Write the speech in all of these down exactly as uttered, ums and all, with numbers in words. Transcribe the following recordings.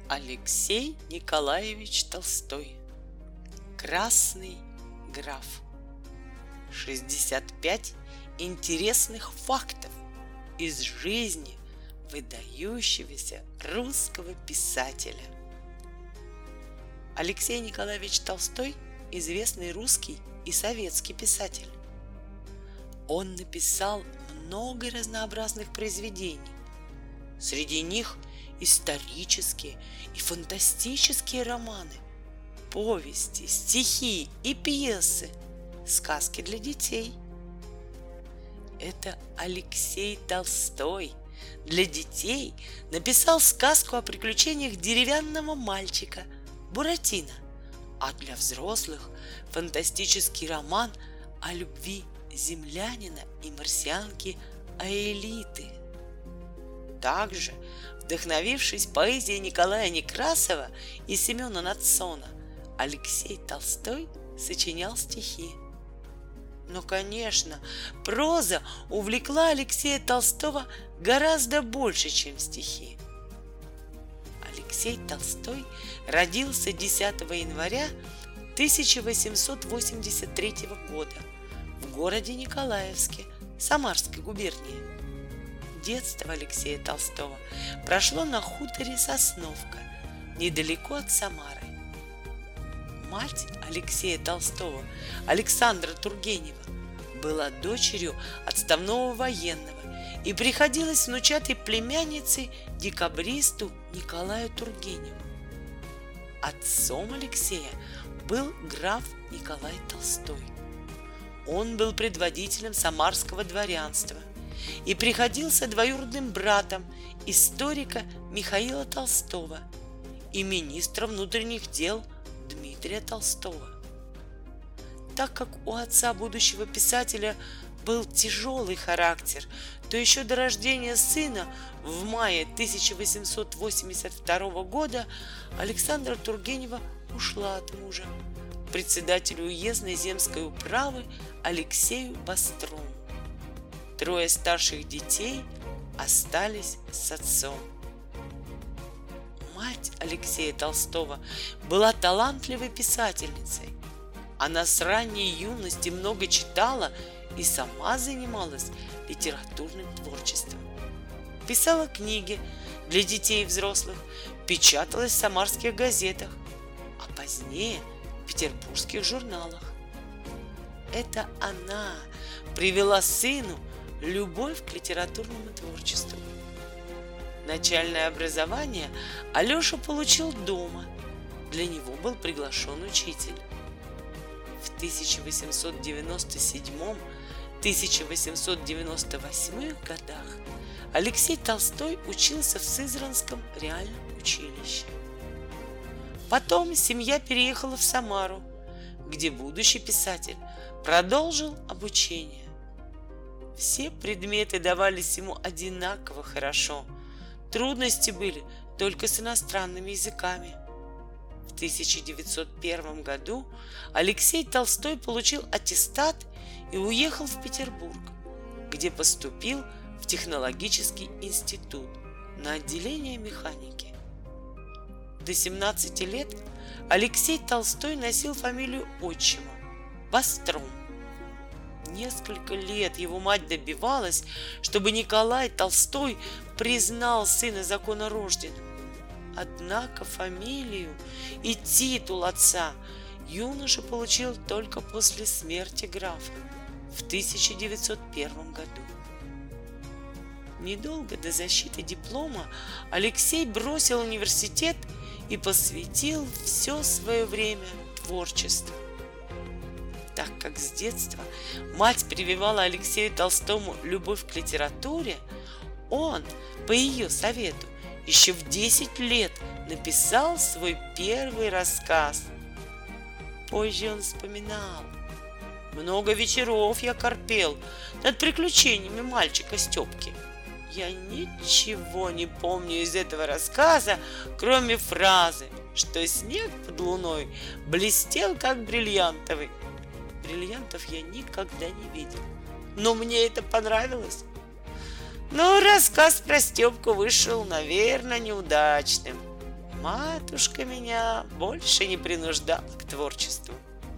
Алексей Николаевич Толстой. Красный граф. шестьдесят пять интересных фактов из жизни выдающегося русского писателя. Алексей Николаевич Толстой – известный русский и советский писатель. Он написал много разнообразных произведений. Среди них исторические и фантастические романы, повести, стихи и пьесы, сказки для детей. Это Алексей Толстой для детей написал сказку о приключениях деревянного мальчика Буратино, а для взрослых фантастический роман о любви землянина и марсианки Аэлиты. Также, вдохновившись поэзией Николая Некрасова и Семена Надсона, Алексей Толстой сочинял стихи. Но, конечно, проза увлекла Алексея Толстого гораздо больше, чем стихи. Алексей Толстой родился десятого января тысяча восемьсот восемьдесят третьего года в городе Николаевске Самарской губернии. Детство Алексея Толстого прошло на хуторе Сосновка, недалеко от Самары. Мать Алексея Толстого, Александра Тургенева, была дочерью отставного военного и приходилась внучатой племянницей декабристу Николаю Тургеневу. Отцом Алексея был граф Николай Толстой. Он был предводителем самарского дворянства и приходился двоюродным братом историка Михаила Толстого и министра внутренних дел Дмитрия Толстого. Так как у отца будущего писателя был тяжелый характер, то еще до рождения сына в мае тысяча восемьсот восемьдесят второго года Александра Тургенева ушла от мужа, председателю уездной земской управы Алексею Бострому. Трое старших детей остались с отцом. Мать Алексея Толстого была талантливой писательницей. Она с ранней юности много читала и сама занималась литературным творчеством. Писала книги для детей и взрослых, печаталась в самарских газетах, а позднее в петербургских журналах. Это она привела сыну любовь к литературному творчеству. Начальное образование Алеша получил дома. Для него был приглашен учитель. В тысяча восемьсот девяносто седьмом — тысяча восемьсот девяносто восьмом годах Алексей Толстой учился в Сызранском реальном училище. Потом семья переехала в Самару, где будущий писатель продолжил обучение. Все предметы давались ему одинаково хорошо. Трудности были только с иностранными языками. В тысяча девятьсот первом году Алексей Толстой получил аттестат и уехал в Петербург, где поступил в технологический институт на отделение механики. До семнадцати лет Алексей Толстой носил фамилию отчима — Бостром. Несколько лет его мать добивалась, чтобы Николай Толстой признал сына законорожденным. Однако фамилию и титул отца юноша получил только после смерти графа в тысяча девятьсот первом году. Недолго до защиты диплома Алексей бросил университет и посвятил все свое время творчеству. Так как с детства мать прививала Алексею Толстому любовь к литературе, он, по ее совету, еще в десять лет написал свой первый рассказ. Позже он вспоминал: «Много вечеров я корпел над приключениями мальчика Степки. Я ничего не помню из этого рассказа, кроме фразы, что снег под луной блестел, как бриллиантовый. Бриллиантов я никогда не видел, но мне это понравилось. Но рассказ про Степку вышел, наверное, неудачным. матушка меня больше не принуждала к творчеству.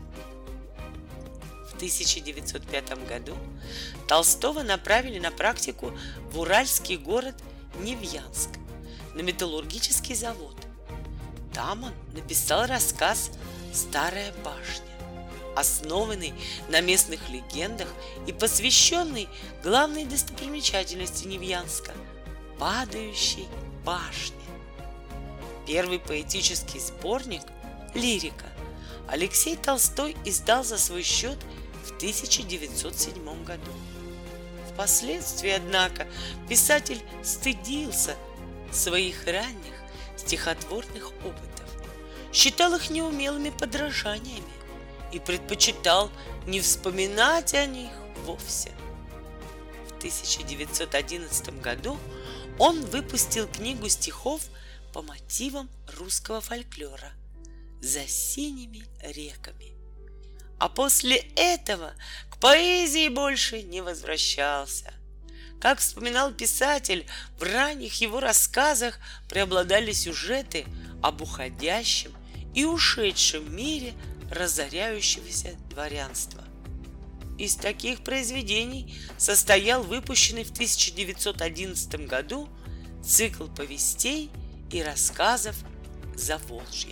В тысяча девятьсот пятом году Толстого направили на практику в уральский город Невьянск на металлургический завод. Там он написал рассказ «Старая башня», основанный на местных легендах и посвященный главной достопримечательности Невьянска – падающей башне. Первый поэтический сборник «Лирика» Алексей Толстой издал за свой счет в тысяча девятьсот седьмом году. Впоследствии, однако, писатель стыдился своих ранних стихотворных опытов, считал их неумелыми подражаниями и предпочитал не вспоминать о них вовсе. В тысяча девятьсот одиннадцатом году он выпустил книгу стихов по мотивам русского фольклора «За синими реками». А после этого к поэзии больше не возвращался. Как вспоминал писатель, в ранних его рассказах преобладали сюжеты об уходящем и ушедшем мире разоряющегося дворянства. Из таких произведений состоял выпущенный в тысяча девятьсот одиннадцатом году цикл повестей и рассказов «Заволжье».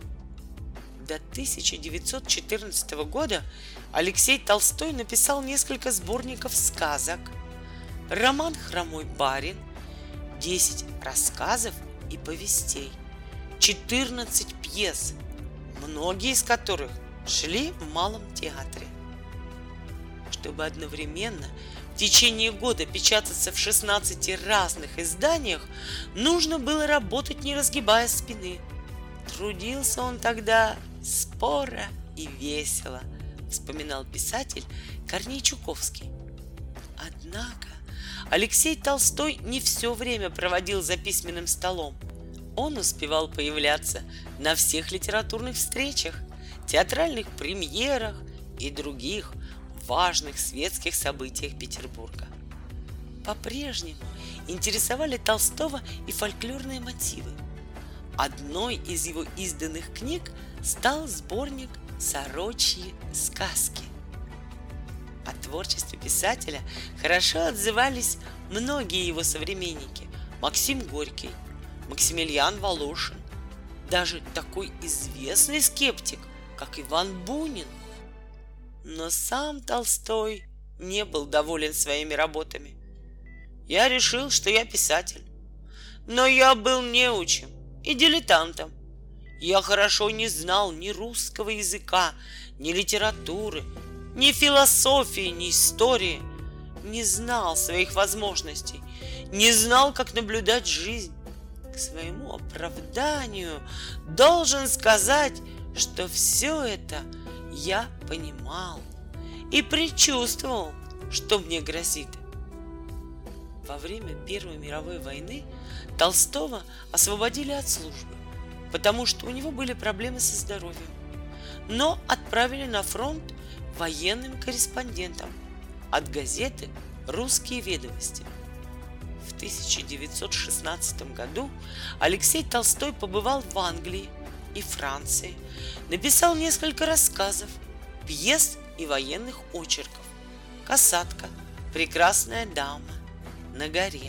До тысяча девятьсот четырнадцатого года Алексей Толстой написал несколько сборников сказок, роман «Хромой барин», десять рассказов и повестей, четырнадцать пьес, многие из которых шли в Малом театре. Чтобы одновременно в течение года печататься в шестнадцати разных изданиях, нужно было работать, не разгибая спины. Трудился он тогда споро и весело, вспоминал писатель Корней Чуковский. Однако Алексей Толстой не все время проводил за письменным столом. Он успевал появляться на всех литературных встречах, театральных премьерах и других важных светских событиях Петербурга. По-прежнему интересовали Толстого и фольклорные мотивы. Одной из его изданных книг стал сборник «Сорочьи сказки». О творчестве писателя хорошо отзывались многие его современники: Максим Горький, Максимилиан Волошин, даже такой известный скептик, как Иван Бунин. Но сам Толстой не был доволен своими работами. «Я решил, что я писатель, но я был неучим и дилетантом. Я хорошо не знал ни русского языка, ни литературы, ни философии, ни истории, не знал своих возможностей, не знал, как наблюдать жизнь. К своему оправданию должен сказать, что все это я понимал и предчувствовал, что мне грозит». Во время Первой мировой войны Толстого освободили от службы, потому что у него были проблемы со здоровьем, но отправили на фронт военным корреспондентом от газеты «Русские ведомости». В тысяча девятьсот шестнадцатом году Алексей Толстой побывал в Англии и Франции, написал несколько рассказов, пьес и военных очерков: «Касатка», «Прекрасная дама», «На горе».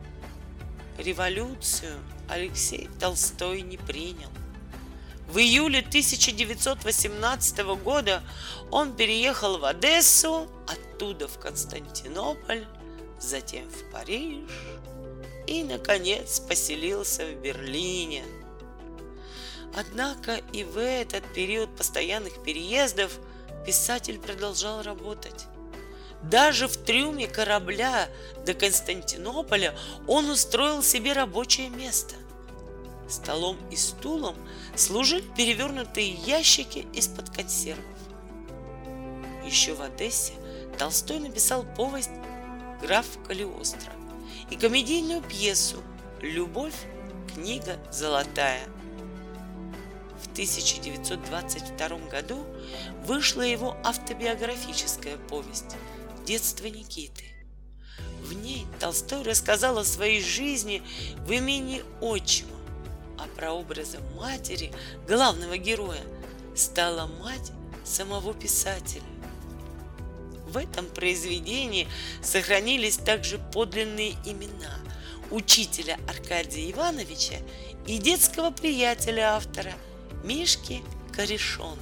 Революцию Алексей Толстой не принял. В июле тысяча девятьсот восемнадцатого года он переехал в Одессу, оттуда в Константинополь, затем в Париж и, наконец, поселился в Берлине. Однако и в этот период постоянных переездов писатель продолжал работать. Даже в трюме корабля до Константинополя он устроил себе рабочее место. Столом и стулом служили перевернутые ящики из-под консервов. Еще в Одессе Толстой написал повесть «Граф Калиостро» и комедийную пьесу «Любовь, книга золотая». В тысяча девятьсот двадцать втором году вышла его автобиографическая повесть «Детство Никиты». В ней Толстой рассказал о своей жизни в имении отчима, о прообразом матери главного героя стала мать самого писателя. В этом произведении сохранились также подлинные имена учителя Аркадия Ивановича и детского приятеля автора Мишки Корешонка.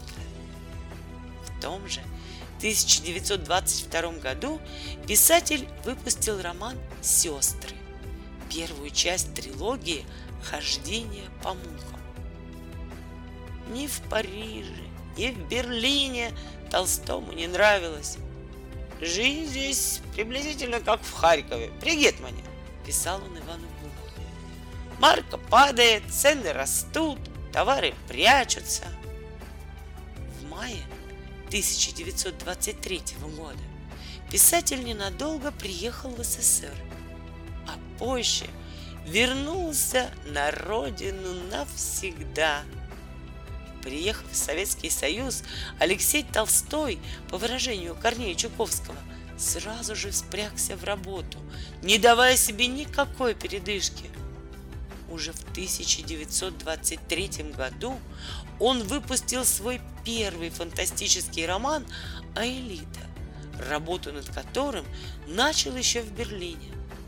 В том же тысяча девятьсот двадцать втором году писатель выпустил роман «Сестры», первую часть трилогии «Хождение по мукам». Ни в Париже, ни в Берлине Толстому не нравилось. «Жизнь здесь приблизительно как в Харькове, при Гетмане», — писал он Ивану Бунину. «Марка падает, цены растут, товары прячутся». В мае тысяча девятьсот двадцать третьего года писатель ненадолго приехал в СССР, а позже вернулся на родину навсегда. Приехав в Советский Союз, Алексей Толстой, по выражению Корнея Чуковского, сразу же вспрягся в работу, не давая себе никакой передышки. Уже в тысяча девятьсот двадцать третьем году он выпустил свой первый фантастический роман «Аэлита», работу над которым начал еще в Берлине.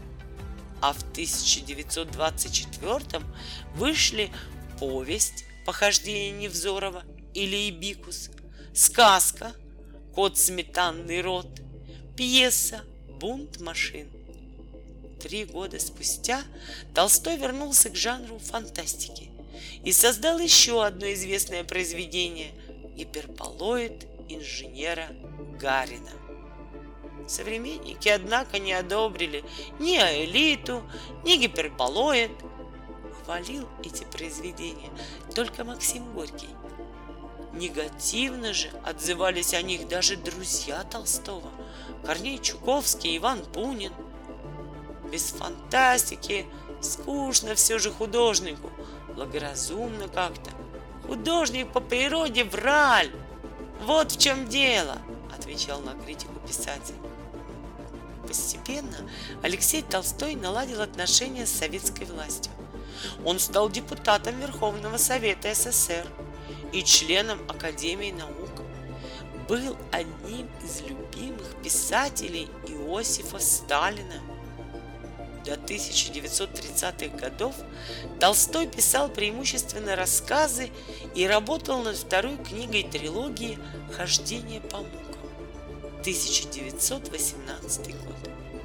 А в тысяча девятьсот двадцать четвёртом вышли повесть «Похождение Невзорова» или «Ибикус», сказка «Кот сметанный рот», пьеса «Бунт машин». Три года спустя Толстой вернулся к жанру фантастики и создал еще одно известное произведение «Гиперболоид инженера Гарина». Современники, однако, не одобрили ни «Аэлиту», ни «Гиперболоид». Хвалил эти произведения только Максим Горький. Негативно же отзывались о них даже друзья Толстого — Корней Чуковский, Иван Бунин. Без фантастики скучно все же художнику, благоразумно как-то. Художник по природе враль. Вот в чем дело, отвечал на критику писатель. Постепенно Алексей Толстой наладил отношения с советской властью. Он стал депутатом Верховного Совета СССР и членом Академии наук. Был одним из любимых писателей Иосифа Сталина. До тысяча девятьсот тридцатых годов Толстой писал преимущественно рассказы и работал над второй книгой трилогии «Хождение по мукам» тысяча девятьсот восемнадцатый год.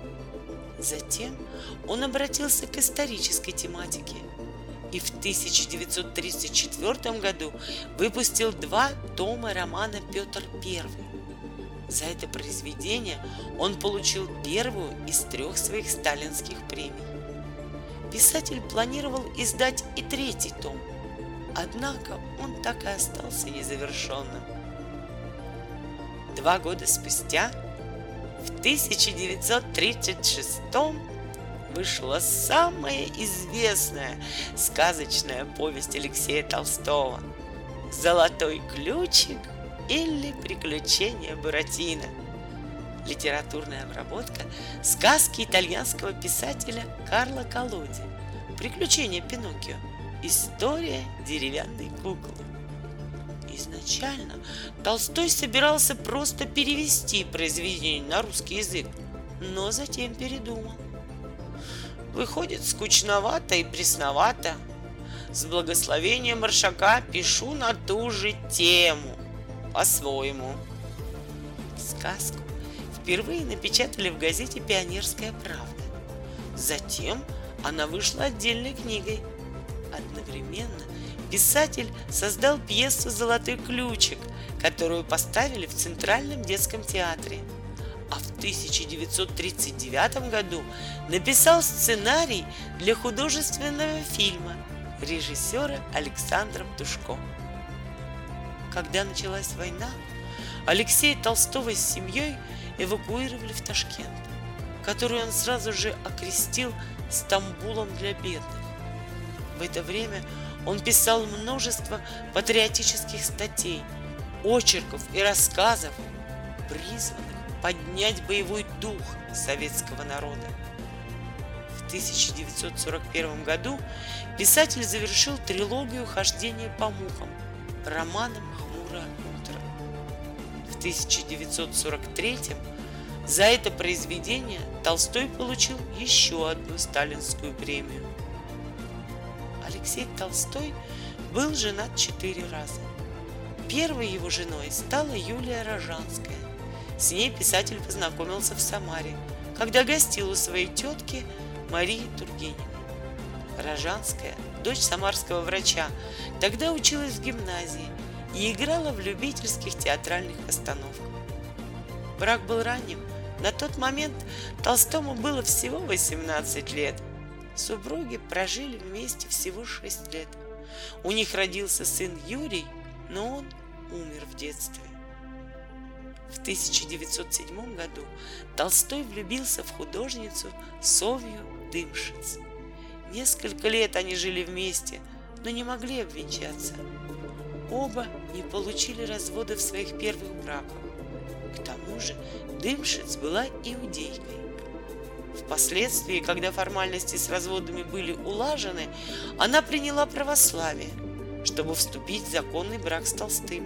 Затем он обратился к исторической тематике и в тысяча девятьсот тридцать четвёртом году выпустил два тома романа «Петр Первый». За это произведение он получил первую из трех своих сталинских премий. Писатель планировал издать и третий том, однако он так и остался незавершенным. Два года спустя, в тысяча девятьсот тридцать шестом, вышла самая известная сказочная повесть Алексея Толстого «Золотой ключик» или «Приключения Буратино». Литературная обработка сказки итальянского писателя Карло Коллоди «Приключения Пиноккио. История деревянной куклы». Изначально Толстой собирался просто перевести произведение на русский язык, но затем передумал. Выходит скучновато и пресновато. С благословением Маршака пишу на ту же тему, по-своему. Сказку впервые напечатали в газете «Пионерская правда». Затем она вышла отдельной книгой. Одновременно писатель создал пьесу «Золотой ключик», которую поставили в Центральном детском театре. А в тысяча девятьсот тридцать девятом году написал сценарий для художественного фильма режиссера Александра Птушко. Когда началась война, Алексея Толстого с семьей эвакуировали в Ташкент, который он сразу же окрестил Стамбулом для бедных. В это время он писал множество патриотических статей, очерков и рассказов, призванных поднять боевой дух советского народа. В В тысяча девятьсот сорок первом году писатель завершил трилогию «Хождение по мухам» романом «Хмурое утро». В тысяча девятьсот сорок третьем за это произведение Толстой получил еще одну сталинскую премию. Алексей Толстой был женат четыре раза. Первой его женой стала Юлия Рожанская. С ней писатель познакомился в Самаре, когда гостил у своей тетки Марии Тургеневой. Рожанская, дочь самарского врача, тогда училась в гимназии и играла в любительских театральных постановках. Брак был ранним. На тот момент Толстому было всего восемнадцать лет. Супруги прожили вместе всего шесть лет. У них родился сын Юрий, но он умер в детстве. В тысяча девятьсот седьмом году Толстой влюбился в художницу Совью Дымшиц. Несколько лет они жили вместе, но не могли обвенчаться. Оба не получили развода в своих первых браках. К тому же Дымшиц была иудейкой. Впоследствии, когда формальности с разводами были улажены, она приняла православие, чтобы вступить в законный брак с Толстым.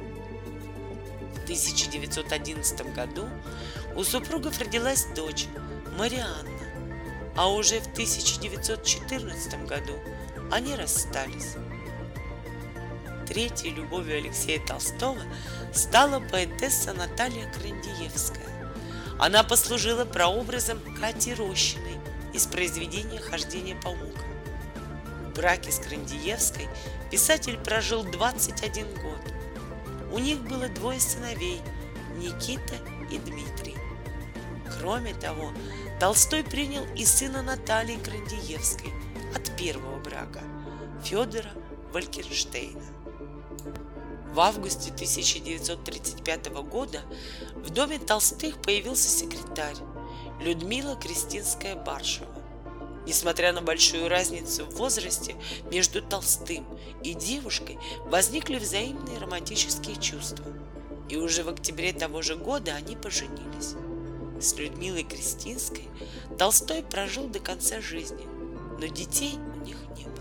В тысяча девятьсот одиннадцатом году у супругов родилась дочь Марианна, а уже в тысяча девятьсот четырнадцатом году они расстались. Третьей любовью Алексея Толстого стала поэтесса Наталья Крандиевская. Она послужила прообразом Кати Рощиной из произведения «Хождение по мукам». В браке с Крандиевской писатель прожил двадцать один год. У них было двое сыновей – Никита и Дмитрий. Кроме того, Толстой принял и сына Натальи Крандиевской от первого брака – Федора Валькенштейна. В августе тысяча девятьсот тридцать пятого года в доме Толстых появился секретарь Людмила Крестинская-Баршева. Несмотря на большую разницу в возрасте между Толстым и девушкой, возникли взаимные романтические чувства, и уже в октябре того же года они поженились. С Людмилой Крестинской Толстой прожил до конца жизни, но детей у них не было.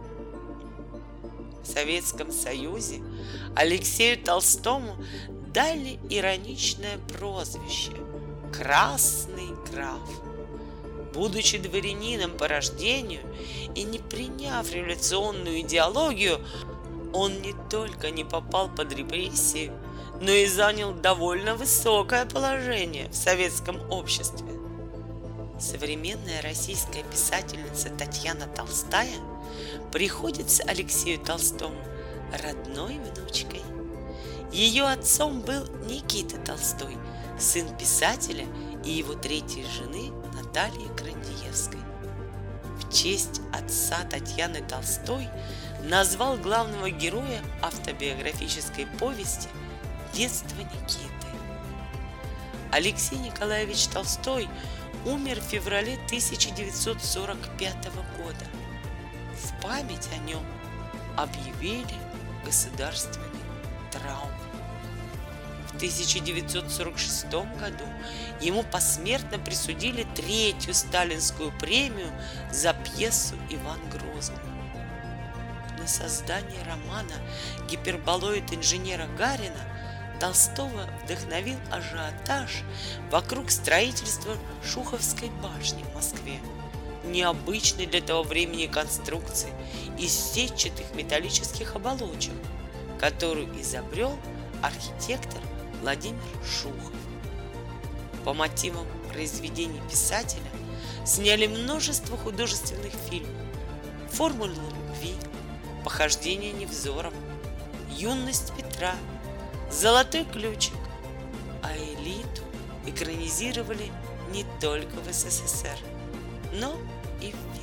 В Советском Союзе Алексею Толстому дали ироничное прозвище «Красный граф». Будучи дворянином по рождению и не приняв революционную идеологию, он не только не попал под репрессии, но и занял довольно высокое положение в советском обществе. Современная российская писательница Татьяна Толстая приходится Алексею Толстому родной внучкой. Ее отцом был Никита Толстой, сын писателя и его третьей жены Натальи Крандиевской. В честь отца Татьяны Толстой назвал главного героя автобиографической повести «Детство Никиты». Алексей Николаевич Толстой умер в феврале тысяча девятьсот сорок пятого года. В память о нем объявили государственный траур. В тысяча девятьсот сорок шестом году ему посмертно присудили третью сталинскую премию за пьесу «Иван Грозный». На создание романа «Гиперболоид инженера Гарина» Толстого вдохновил ажиотаж вокруг строительства Шуховской башни в Москве, необычной для того времени конструкции из сетчатых металлических оболочек, которую изобрел архитектор Владимир Шухов. По мотивам произведений писателя сняли множество художественных фильмов: «Формула любви», «Похождение Невзорова», «Юность Петра», «Золотой ключик», а «Элиту» экранизировали не только в СССР, но и в мире.